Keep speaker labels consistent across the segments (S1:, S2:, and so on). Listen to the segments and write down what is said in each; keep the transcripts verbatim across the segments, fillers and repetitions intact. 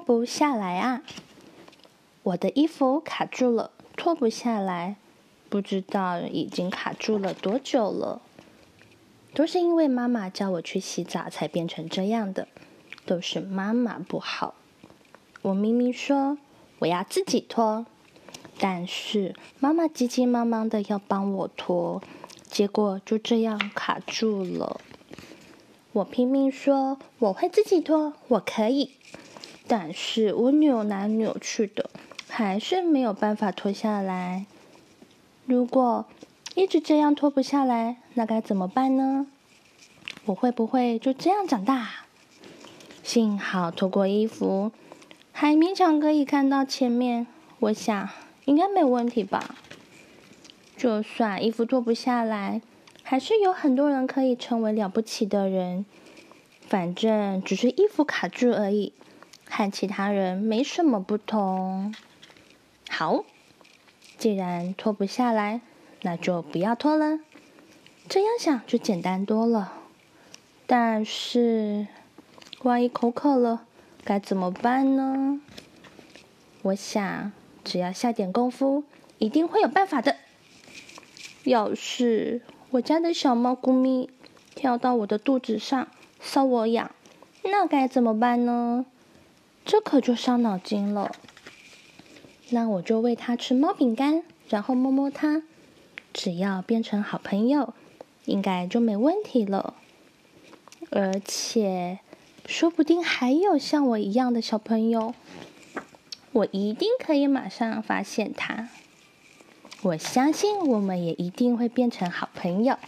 S1: 不下来啊！我的衣服卡住了，脱不下来，不知道已经卡住了多久了。都是因为妈妈叫我去洗澡才变成这样的，都是妈妈不好。我明明说我要自己脱，但是妈妈急急忙忙的要帮我脱，结果就这样卡住了。我拼命说我会自己脱，我可以，但是我扭来扭去的，还是没有办法脱下来。如果一直这样脱不下来，那该怎么办呢？我会不会就这样长大？幸好脱过衣服，还勉强可以看到前面，我想应该没问题吧。就算衣服脱不下来，还是有很多人可以成为了不起的人。反正只是衣服卡住而已，和其他人没什么不同。好，既然脱不下来，那就不要脱了。这样想就简单多了。但是，万一口渴了，该怎么办呢？我想，只要下点功夫，一定会有办法的。要是我家的小猫咕咪跳到我的肚子上搔我痒，那该怎么办呢？这可就伤脑筋了。那我就喂它吃猫饼干，然后摸摸它，只要变成好朋友，应该就没问题了。而且，说不定还有像我一样的小朋友，我一定可以马上发现他。我相信我们也一定会变成好朋友。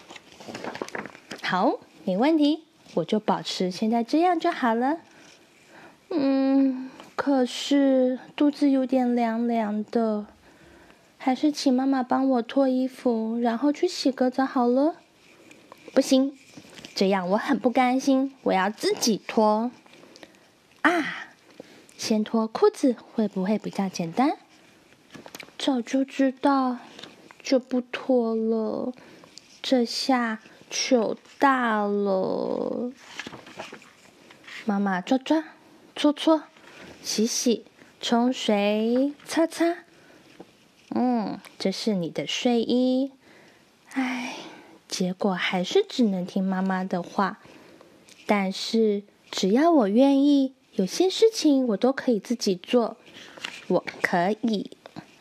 S1: 好，没问题，我就保持现在这样就好了。嗯，可是肚子有点凉凉的，还是请妈妈帮我脱衣服，然后去洗个澡好了。不行，这样我很不甘心，我要自己脱。啊，先脱裤子会不会比较简单？早就知道，就不脱了。这下糗大了。妈妈抓抓，搓搓，洗洗，冲水，擦擦。嗯，这是你的睡衣。唉，结果还是只能听妈妈的话。但是只要我愿意，有些事情我都可以自己做。我可以。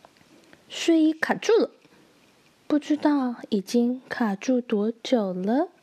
S1: 睡衣卡住了，不知道已经卡住多久了。